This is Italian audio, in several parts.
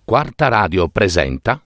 Quarta Radio presenta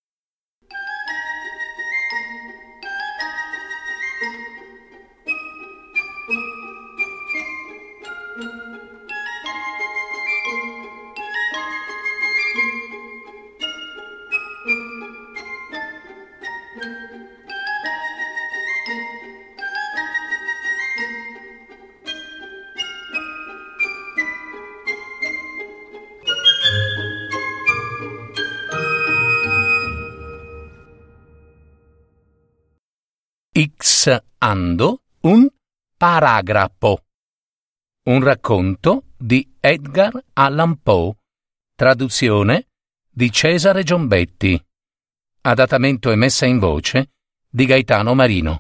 X ando un paragrafo. Un racconto di Edgar Allan Poe. Traduzione di Cesare Giombetti. Adattamento e messa in voce di Gaetano Marino.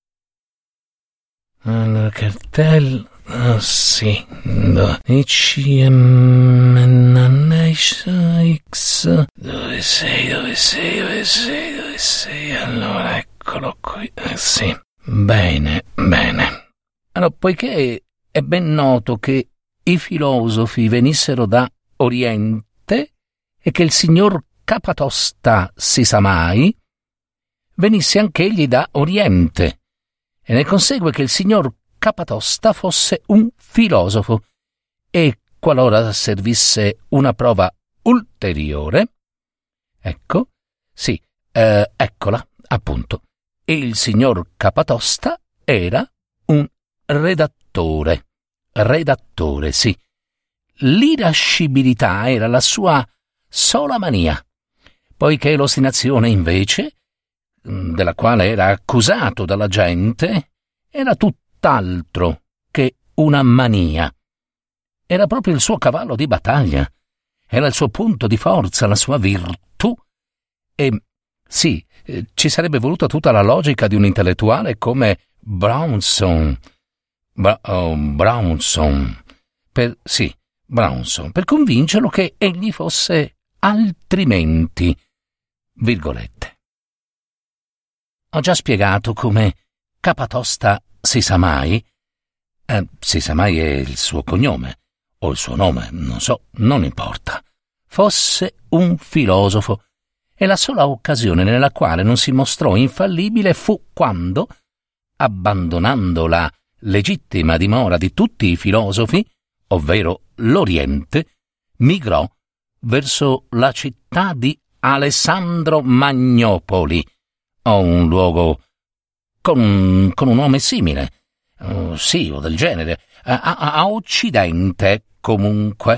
Allora, cartello. Sì. X. Dove sei? Allora, eccolo qui. Sì. Bene. Allora, poiché è ben noto che i filosofi venissero da Oriente e che il signor Capatosta, si sa mai, venisse anch'egli da Oriente, e ne consegue che il signor Capatosta fosse un filosofo, e qualora servisse una prova ulteriore, ecco, sì, eccola, appunto, il signor Capatosta era un redattore, sì. L'irascibilità era la sua sola mania, poiché l'ostinazione, invece, della quale era accusato dalla gente, era tutt'altro che una mania. Era proprio il suo cavallo di battaglia, era il suo punto di forza, la sua virtù. E sì, ci sarebbe voluta tutta la logica di un intellettuale come Brownson, per convincerlo che egli fosse altrimenti, virgolette. Ho già spiegato come Capatosta, si sa mai è il suo cognome, o il suo nome, non so, non importa, fosse un filosofo, e la sola occasione nella quale non si mostrò infallibile fu quando, abbandonando la legittima dimora di tutti i filosofi, ovvero l'Oriente, migrò verso la città di Alessandro Magnopoli, o un luogo con un nome simile, sì, o del genere, a Occidente, comunque.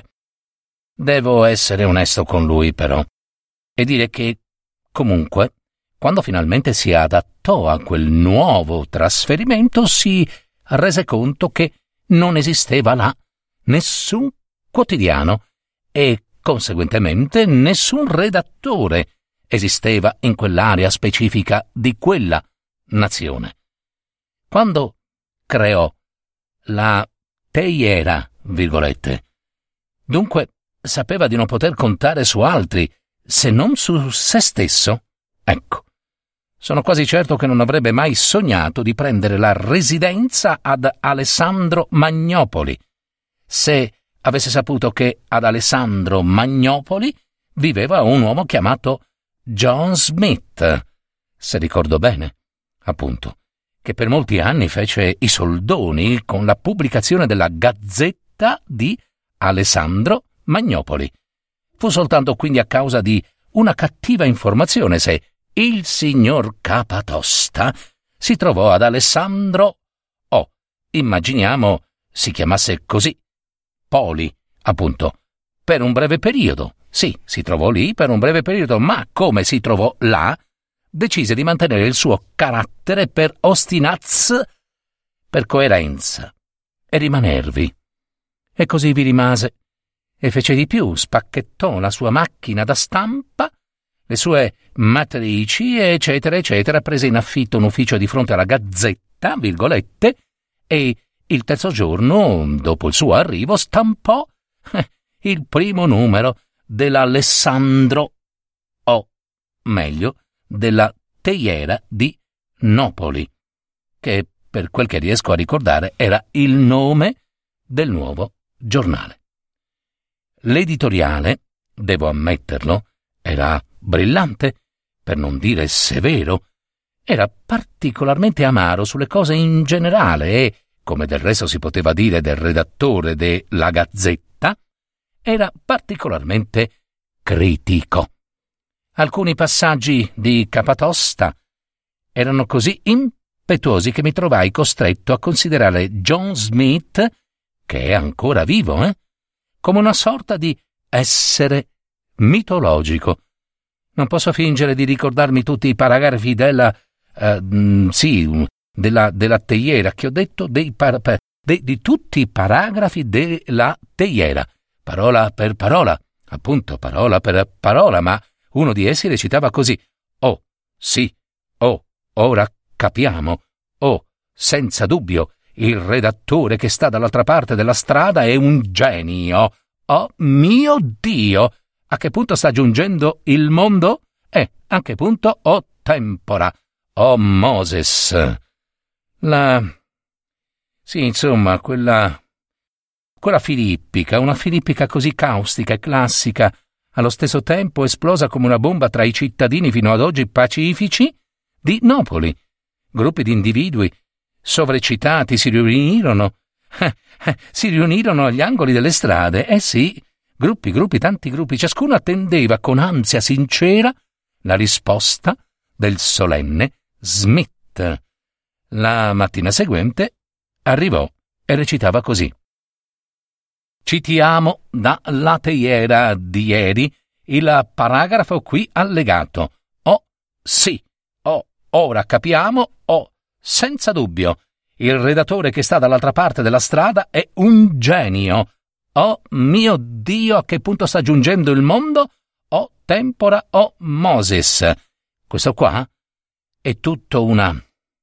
Devo essere onesto con lui, però, e dire che, comunque, quando finalmente si adattò a quel nuovo trasferimento, si rese conto che non esisteva là nessun quotidiano e, conseguentemente, nessun redattore esisteva in quell'area specifica di quella nazione. Quando creò la teiera, virgolette, dunque sapeva di non poter contare su altri, se non su se stesso. Ecco, sono quasi certo che non avrebbe mai sognato di prendere la residenza ad Alessandro Magnopoli, se avesse saputo che ad Alessandro Magnopoli viveva un uomo chiamato John Smith, se ricordo bene, appunto, che per molti anni fece i soldoni con la pubblicazione della Gazzetta di Alessandro Magnopoli. Fu soltanto quindi a causa di una cattiva informazione se il signor Capatosta si trovò ad Alessandro, immaginiamo si chiamasse così, Poli, appunto, per un breve periodo. Sì, si trovò lì per un breve periodo, ma come si trovò là, decise di mantenere il suo carattere per ostinaz, per coerenza, e rimanervi. E così vi rimase, e fece di più, spacchettò la sua macchina da stampa, le sue matrici, eccetera, eccetera, prese in affitto un ufficio di fronte alla Gazzetta, virgolette, e il terzo giorno, dopo il suo arrivo, stampò il primo numero dell'Alessandro, o meglio, della teiera di Nopoli, che, per quel che riesco a ricordare, era il nome del nuovo giornale. L'editoriale devo ammetterlo, era brillante, per non dire severo. Era particolarmente amaro sulle cose in generale e, come del resto si poteva dire del redattore della Gazzetta, era particolarmente critico. Alcuni passaggi di Capatosta erano così impetuosi che mi trovai costretto a considerare John Smith, che è ancora vivo, come una sorta di essere mitologico. Non posso fingere di ricordarmi tutti i paragrafi della Teiera, che ho detto di tutti i paragrafi della Teiera, parola per parola, appunto parola per parola, ma uno di essi recitava così: oh, sì, oh, ora capiamo, oh, senza dubbio, il redattore che sta dall'altra parte della strada è un genio. Oh mio Dio! A che punto sta giungendo il mondo? A che punto? Oh tempora! Oh Moses! Sì, insomma, quella filippica, una filippica così caustica e classica, allo stesso tempo esplosa come una bomba tra i cittadini fino ad oggi pacifici di Napoli. Gruppi di individui sovreccitati si riunirono agli angoli delle strade, sì, gruppi, tanti gruppi, ciascuno attendeva con ansia sincera la risposta del solenne Smith. La mattina seguente arrivò e recitava così: citiamo dalla Teiera di ieri il paragrafo qui allegato. Oh, sì, oh, ora capiamo, oh, senza dubbio, il redattore che sta dall'altra parte della strada è un genio. Oh mio Dio, a che punto sta giungendo il mondo? Oh tempora, oh Moses. Questo qua è tutto una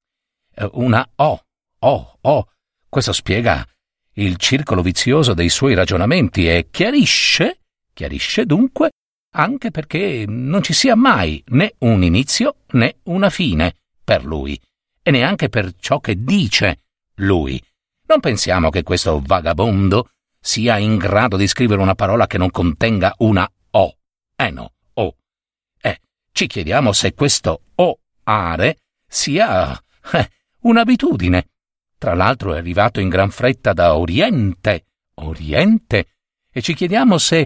oh. Questo spiega il circolo vizioso dei suoi ragionamenti e chiarisce dunque anche perché non ci sia mai né un inizio né una fine per lui, e neanche per ciò che dice lui. Non pensiamo che questo vagabondo sia in grado di scrivere una parola che non contenga una O. No, O. Ci chiediamo se questo O-are sia un'abitudine. Tra l'altro è arrivato in gran fretta da Oriente, e ci chiediamo se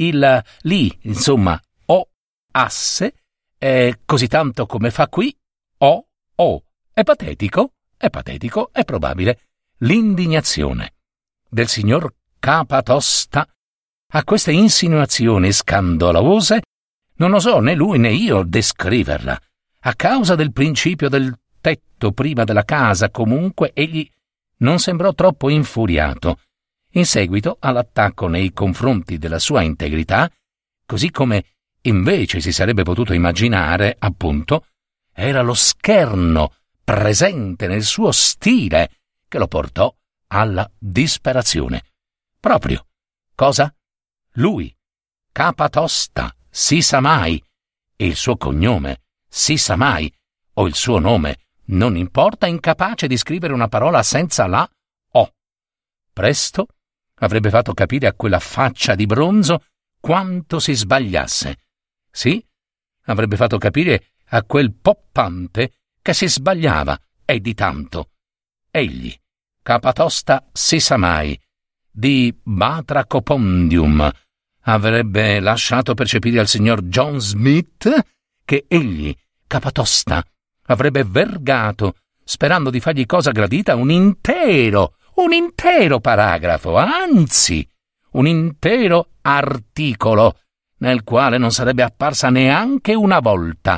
O-asse, così tanto come fa qui, O. È patetico, è probabile. L'indignazione del signor Capatosta a queste insinuazioni scandalose non osò né lui né io descriverla. A causa del principio del tetto prima della casa, comunque, egli non sembrò troppo infuriato. In seguito all'attacco nei confronti della sua integrità, così come invece si sarebbe potuto immaginare, appunto, era lo scherno presente nel suo stile che lo portò alla disperazione. Proprio. Cosa? Lui, Capatosta, si sa mai, e il suo cognome, si sa mai, o il suo nome, non importa, incapace di scrivere una parola senza la O. Presto avrebbe fatto capire a quella faccia di bronzo quanto si sbagliasse. Sì, avrebbe fatto capire a quel poppante che si sbagliava, e di tanto. Egli, Capatosta si sa mai, di Batracopondium, avrebbe lasciato percepire al signor John Smith che egli, Capatosta, avrebbe vergato, sperando di fargli cosa gradita, un intero paragrafo, anzi, un intero articolo, nel quale non sarebbe apparsa neanche una volta,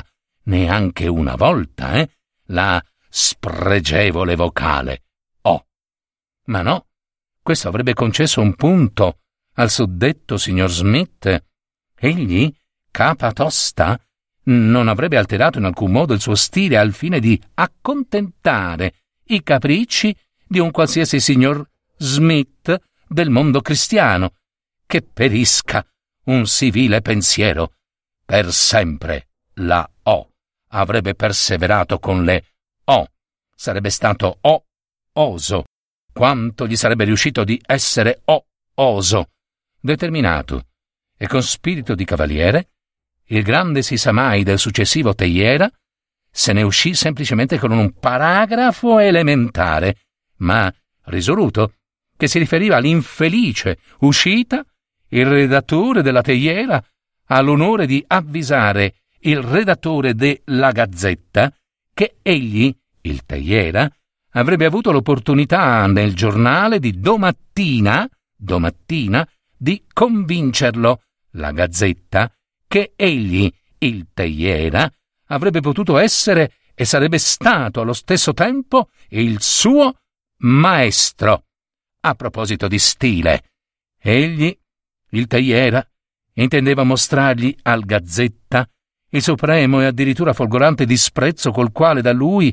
la spregevole vocale O. Ma no, questo avrebbe concesso un punto al suddetto signor Smith. Egli, Capatosta, non avrebbe alterato in alcun modo il suo stile al fine di accontentare i capricci di un qualsiasi signor Smith del mondo cristiano. Che perisca un sì vile pensiero. Per sempre la O. Avrebbe perseverato con le O. Sarebbe stato oso. Quanto gli sarebbe riuscito di essere oso, determinato, e con spirito di cavaliere il grande Sisamai del successivo Teiera se ne uscì semplicemente con un paragrafo elementare, ma risoluto, che si riferiva all'infelice uscita. Il redattore della Teiera ha l'onore di avvisare il redattore della Gazzetta che egli, il Teiera, avrebbe avuto l'opportunità nel giornale di domattina di convincerlo, la Gazzetta, che egli, il Teiera, avrebbe potuto essere e sarebbe stato allo stesso tempo il suo maestro. A proposito di stile, egli, il Teiera, intendeva mostrargli al Gazzetta il supremo e addirittura folgorante disprezzo col quale da lui,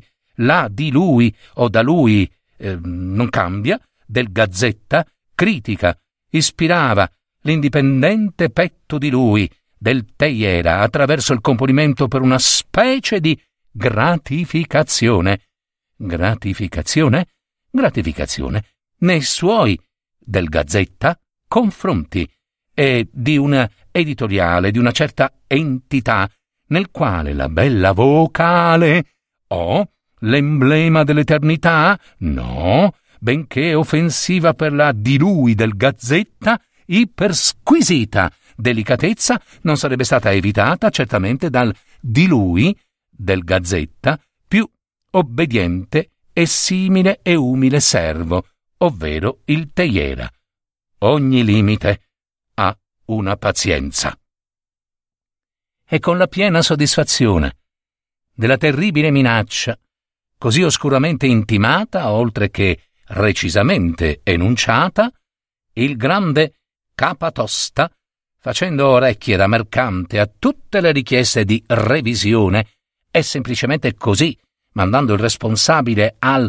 non cambia, del Gazzetta, critica, ispirava l'indipendente petto di lui, del Teiera, attraverso il componimento per una specie di gratificazione nei suoi, del Gazzetta, confronti e di una editoriale di una certa entità nel quale la bella vocale, l'emblema dell'eternità, no, benché offensiva per la di lui del Gazzetta, ipersquisita delicatezza, non sarebbe stata evitata certamente dal di lui del Gazzetta più obbediente e simile e umile servo, ovvero il Teiera. Ogni limite ha una pazienza. E con la piena soddisfazione della terribile minaccia, così oscuramente intimata, oltre che recisamente enunciata, il grande Capatosta, facendo orecchie da mercante a tutte le richieste di revisione, e semplicemente così mandando il responsabile al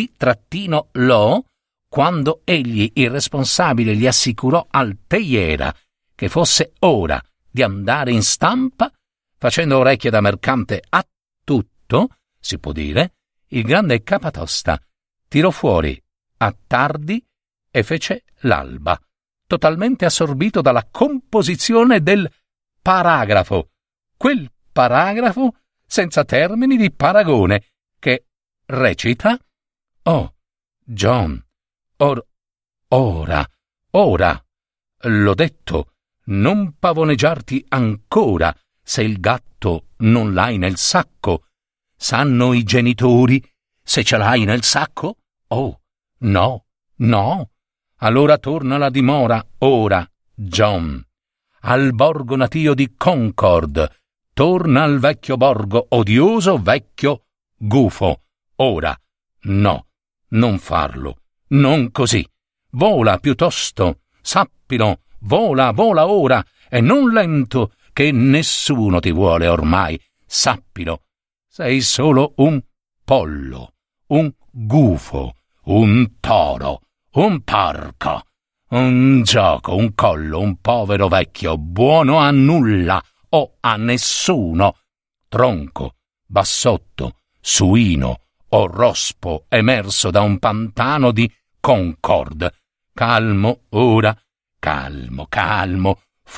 D-Lo, quando egli, il responsabile, gli assicurò al Teiera che fosse ora di andare in stampa, facendo orecchie da mercante a tutto, si può dire, il grande Capatosta tirò fuori a tardi e fece l'alba, totalmente assorbito dalla composizione del paragrafo, quel paragrafo senza termini di paragone, che recita: «Oh, John, ora, l'ho detto, non pavoneggiarti ancora se il gatto non l'hai nel sacco. Sanno i genitori se ce l'hai nel sacco? Oh, no, allora torna alla dimora, ora, John, al borgo natio di Concord, torna al vecchio borgo, odioso vecchio gufo, ora, no, non farlo, non così, vola piuttosto, sappilo, vola ora, e non lento, che nessuno ti vuole ormai, sappilo, sei solo un pollo, un gufo, un toro, un porco, un gioco, un collo, un povero vecchio, buono a nulla o a nessuno, tronco, bassotto, suino o rospo emerso da un pantano di Concord. Calmo ora, calmo,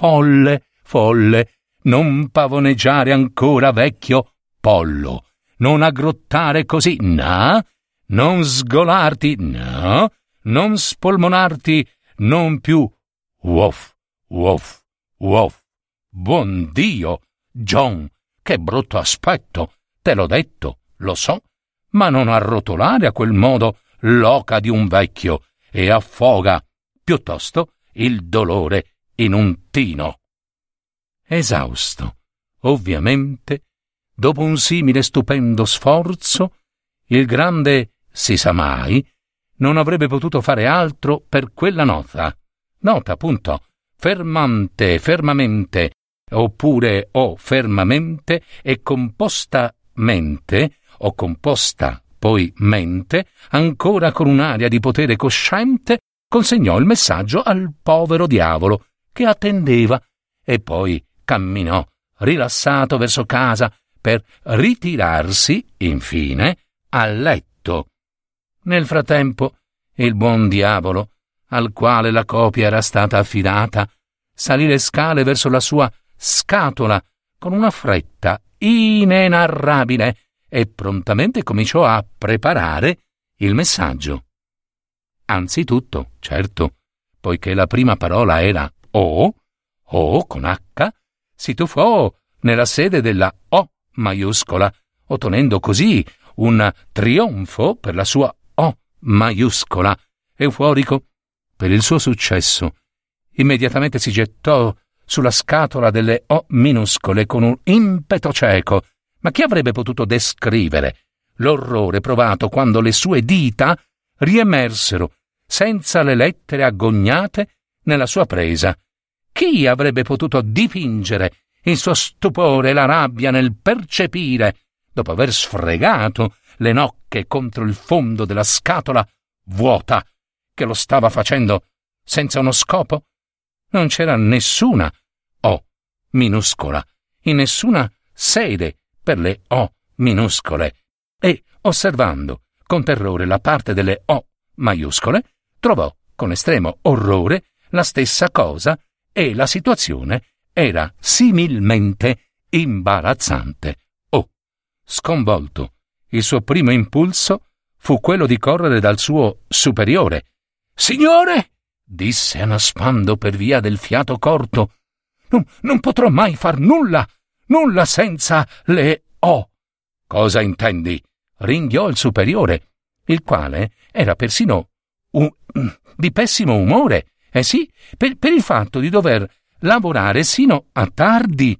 folle, non pavoneggiare ancora, vecchio pollo, non aggrottare così, no, non sgolarti, no, non spolmonarti, non più woff. Buon Dio, John, che brutto aspetto, te l'ho detto, lo so, ma non arrotolare a quel modo l'oca di un vecchio e affoga piuttosto il dolore in un tino. Esausto, ovviamente, dopo un simile stupendo sforzo, il grande Sisamai non avrebbe potuto fare altro per quella nota appunto, fermamente, oppure fermamente e compostamente, o composta poi mente, ancora con un'aria di potere cosciente, consegnò il messaggio al povero diavolo che attendeva e poi camminò rilassato verso casa per ritirarsi, infine, a letto. Nel frattempo, il buon diavolo, al quale la copia era stata affidata, salì le scale verso la sua scatola con una fretta inenarrabile e prontamente cominciò a preparare il messaggio. Anzitutto, certo, poiché la prima parola era O con H, si tuffò nella sede della O maiuscola, ottenendo così un trionfo per la sua O maiuscola. Euforico per il suo successo, immediatamente si gettò sulla scatola delle O minuscole con un impeto cieco. Ma chi avrebbe potuto descrivere l'orrore provato quando le sue dita riemersero senza le lettere agognate nella sua presa? Chi avrebbe potuto dipingere il suo stupore e la rabbia nel percepire, dopo aver sfregato le nocche contro il fondo della scatola vuota, che lo stava facendo senza uno scopo? Non c'era nessuna O minuscola, in nessuna sede per le O minuscole, e, osservando con terrore la parte delle O maiuscole, trovò con estremo orrore la stessa cosa e la situazione era similmente imbarazzante. Oh, sconvolto, il suo primo impulso fu quello di correre dal suo superiore. «Signore!» disse annaspando per via del fiato corto. Non potrò mai far nulla senza le O». «Cosa intendi?» ringhiò il superiore, il quale era persino di pessimo umore, sì, per il fatto di dover lavorare sino a tardi.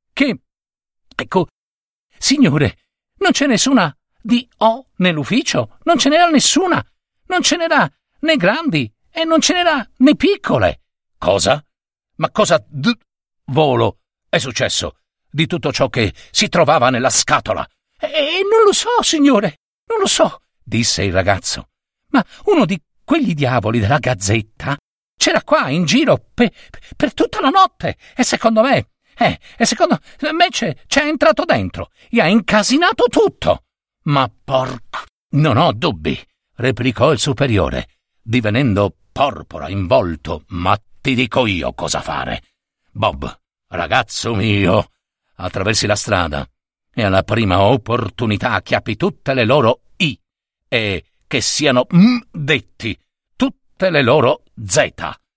Ecco, signore, non c'è nessuna di O nell'ufficio, non ce n'era nessuna, non ce n'era né grandi e non ce n'era né piccole. «Cosa? Ma cosa volo è successo di tutto ciò che si trovava nella scatola?» Non lo so, signore, non lo so», disse il ragazzo. «Ma uno di quegli diavoli della Gazzetta c'era qua in giro per tutta la notte e secondo me c'è entrato dentro e ha incasinato tutto». «Ma porco, non ho dubbi», replicò il superiore, divenendo porpora in volto. «Ma ti dico io cosa fare. Bob, ragazzo mio, attraversi la strada e alla prima opportunità acchiappi tutte le loro I e che siano detti tutte le loro Z».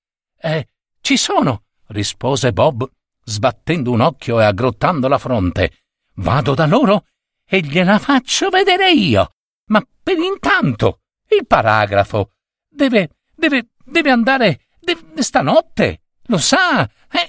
«Ci sono», rispose Bob, sbattendo un occhio e aggrottando la fronte. «Vado da loro e gliela faccio vedere io. Ma per intanto il paragrafo deve andare stanotte, lo sa,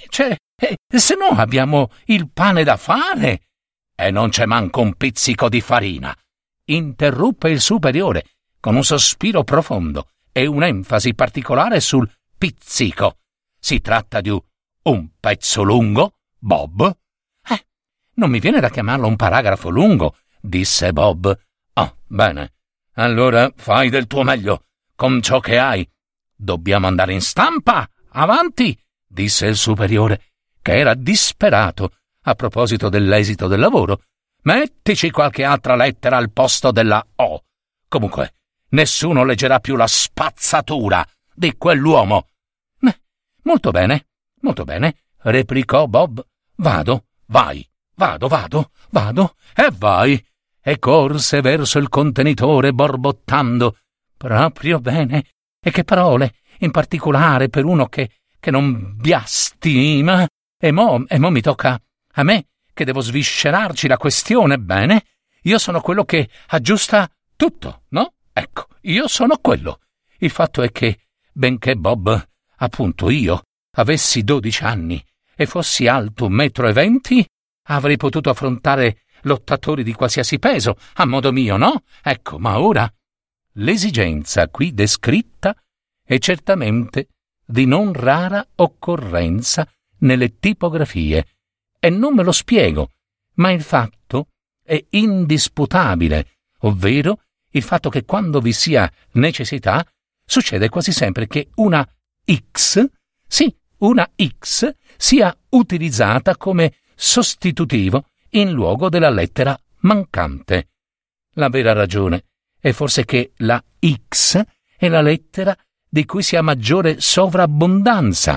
se no abbiamo il pane da fare». «E non c'è manco un pizzico di farina», interruppe il superiore con un sospiro profondo e un'enfasi particolare sul pizzico. «Si tratta di un pezzo lungo, Bob?» «Non mi viene da chiamarlo un paragrafo lungo», disse Bob. «Oh, bene, allora fai del tuo meglio con ciò che hai. Dobbiamo andare in stampa, avanti», disse il superiore, che era disperato a proposito dell'esito del lavoro. «Mettici qualche altra lettera al posto della O. Comunque, nessuno leggerà più la spazzatura di quell'uomo». Molto bene, replicò Bob. «Vado, e vai». E corse verso il contenitore borbottando. «Proprio bene, e che parole, in particolare per uno che non biastima. E mo mi tocca a me, che devo sviscerarci la questione. Bene, io sono quello che aggiusta tutto, no? Ecco, io sono quello. Il fatto è che, benché Bob, appunto io, avessi 12 anni e fossi alto 1,20 m, avrei potuto affrontare lottatori di qualsiasi peso, a modo mio, no? Ecco, ma ora l'esigenza qui descritta è certamente di non rara occorrenza nelle tipografie, e non me lo spiego, ma il fatto è indisputabile, ovvero il fatto che quando vi sia necessità succede quasi sempre che una X sia utilizzata come sostitutivo in luogo della lettera mancante. La vera ragione è forse che la X è la lettera di cui si ha maggiore sovrabbondanza,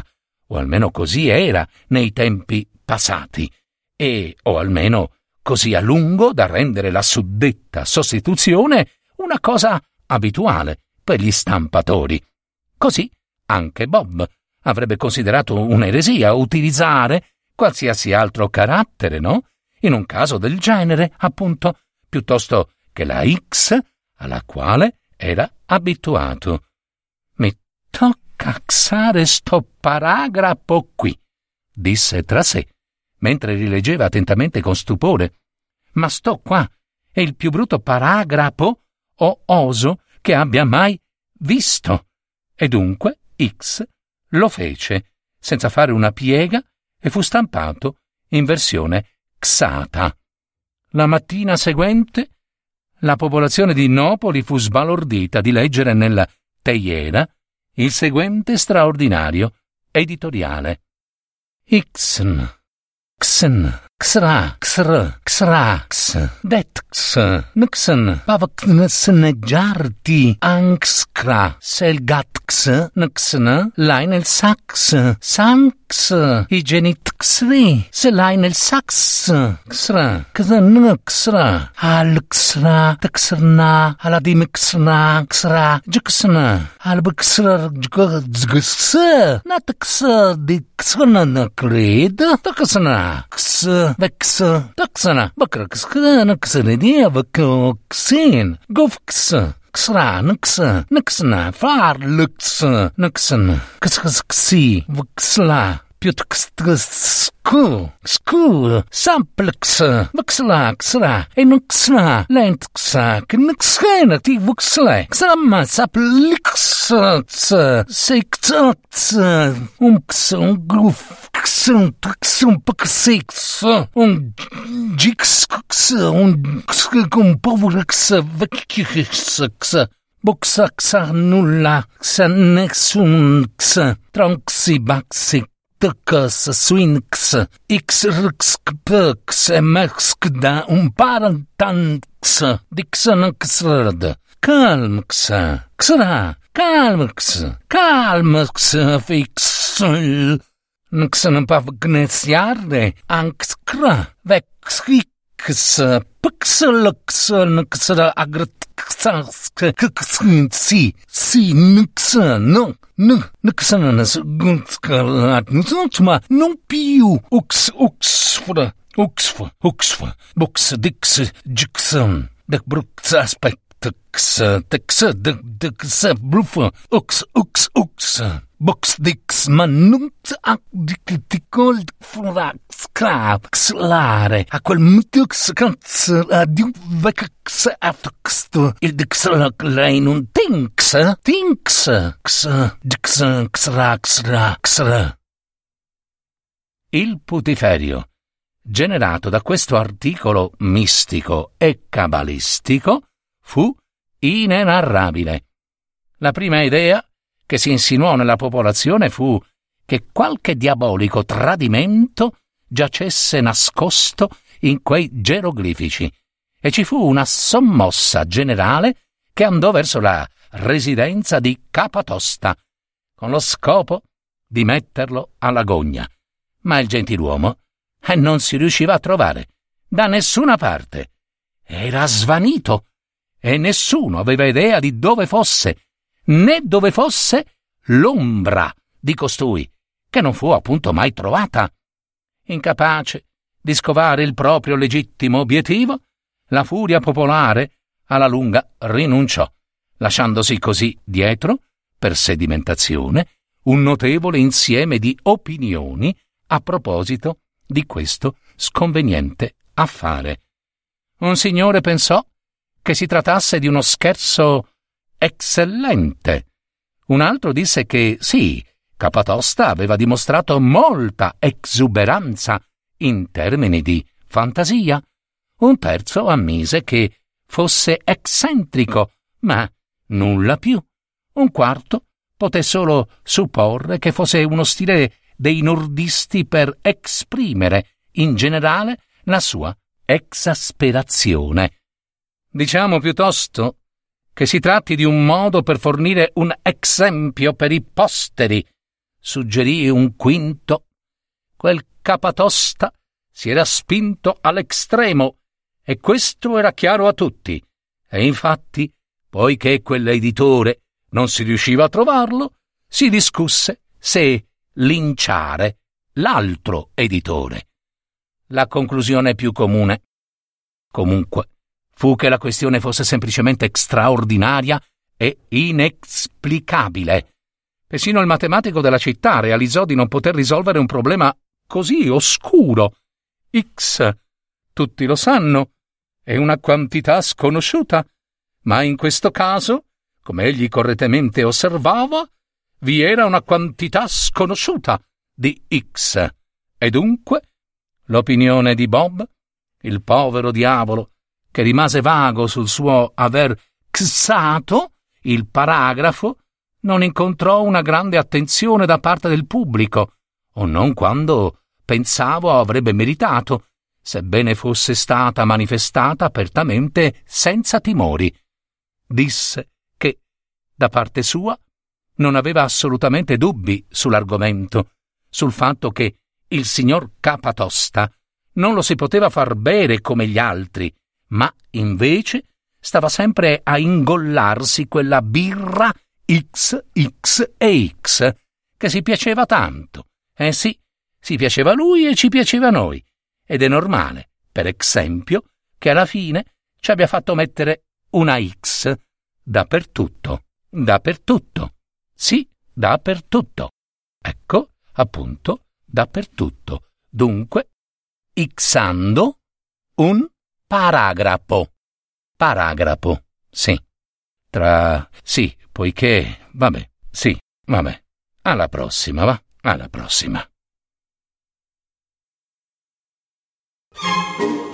o almeno così era nei tempi passati, o almeno così a lungo da rendere la suddetta sostituzione una cosa abituale per gli stampatori. Così anche Bob avrebbe considerato un'eresia utilizzare qualsiasi altro carattere, no? In un caso del genere, appunto, piuttosto che la X alla quale era abituato. Mi tocca xare sto paragrafo qui, disse tra sé, mentre rileggeva attentamente con stupore. Ma sto qua è il più brutto paragrafo o oso che abbia mai visto. E dunque X lo fece, senza fare una piega, e fu stampato in versione xata. La mattina seguente la popolazione di Nopoli fu sbalordita di leggere nella Teiera il seguente straordinario editoriale. Xn, xn, xra, xr, xrax, detx, nxn, pavaknsneggiarti, angskra, selgatx, nxn, lai nel sax, sanx, igenitxri, selai nel sax, xra, xn, xra, alxra, texrna, aladimxna, xra, jxna, albxra, jxx, natx, dixna, cred, taxna, x, vex, taxana, bakraxna, xredia, vacoxin, gofx, xra, nx, nxna, farlux, nxn, xxxi, vxla, piutxtsku, sku, samplex, vxla, xra, enxna, lentxa, knxena, ti vxla, xamma, saplix, sexx, umx, gruf, xum, pxix, gix, povrex, vekix, boxaxa, nulla, xanexunx, tronxi, baxi, tx, swinx, xrxpx, mxda, parantanx, dixanxrd, calmx, xra, calmx, fix, nxan pavgnesiarde, anxkra, vexix, pxlx, nxra, agrtxi, si, nxan, nxanas, gunskalatnsma, non più, uxfra, box, dix, jixan, dec brux aspect, tex, brufa, ux, box, dix, manunx, dicticol, frax, crax, lare, a quel mitux, caz, adiu, vecax, aftax, il dixlac, lei non tinx, dixan, xra. Il putiferio, generato da questo articolo mistico e cabalistico, fu inenarrabile. La prima idea che si insinuò nella popolazione fu che qualche diabolico tradimento giacesse nascosto in quei geroglifici, e ci fu una sommossa generale che andò verso la residenza di Capatosta, con lo scopo di metterlo alla gogna. Ma il gentiluomo non si riusciva a trovare da nessuna parte. Era svanito e nessuno aveva idea di dove fosse, né dove fosse l'ombra di costui, che non fu appunto mai trovata. Incapace di scovare il proprio legittimo obiettivo, la furia popolare alla lunga rinunciò, lasciandosi così dietro, per sedimentazione, un notevole insieme di opinioni a proposito di questo sconveniente affare. Un signore pensò che si trattasse di uno scherzo eccellente. Un altro disse che sì, Capatosta aveva dimostrato molta esuberanza in termini di fantasia. Un terzo ammise che fosse eccentrico, ma nulla più. Un quarto poté solo supporre che fosse uno stile dei nordisti per esprimere in generale la sua esasperazione. Diciamo piuttosto che si tratti di un modo per fornire un esempio per i posteri suggerì un quinto. Quel capatosta si era spinto all'estremo e questo era chiaro a tutti. E infatti, poiché quell'editore non si riusciva a trovarlo, si discusse se linciare l'altro editore. La conclusione più comune, comunque, fu che la questione fosse semplicemente straordinaria e inesplicabile. Persino il matematico della città realizzò di non poter risolvere un problema così oscuro. X, tutti lo sanno, è una quantità sconosciuta, ma in questo caso, come egli correttamente osservava, vi era una quantità sconosciuta di X, e dunque l'opinione di Bob, il povero diavolo, che rimase vago sul suo aver xato il paragrafo, non incontrò una grande attenzione da parte del pubblico, o non quando pensavo avrebbe meritato, sebbene fosse stata manifestata apertamente senza timori. Disse che, da parte sua, non aveva assolutamente dubbi sull'argomento, sul fatto che il signor Capatosta non lo si poteva far bere come gli altri, ma invece stava sempre a ingollarsi quella birra X e X, che si piaceva tanto. Sì, si piaceva a lui e ci piaceva a noi, ed è normale, per esempio, che alla fine ci abbia fatto mettere una X dappertutto. Sì, dappertutto. Ecco, appunto, dappertutto. Dunque, xando un paragrafo. Paragrafo, sì. Sì, poiché... Vabbè. Alla prossima, va? Alla prossima.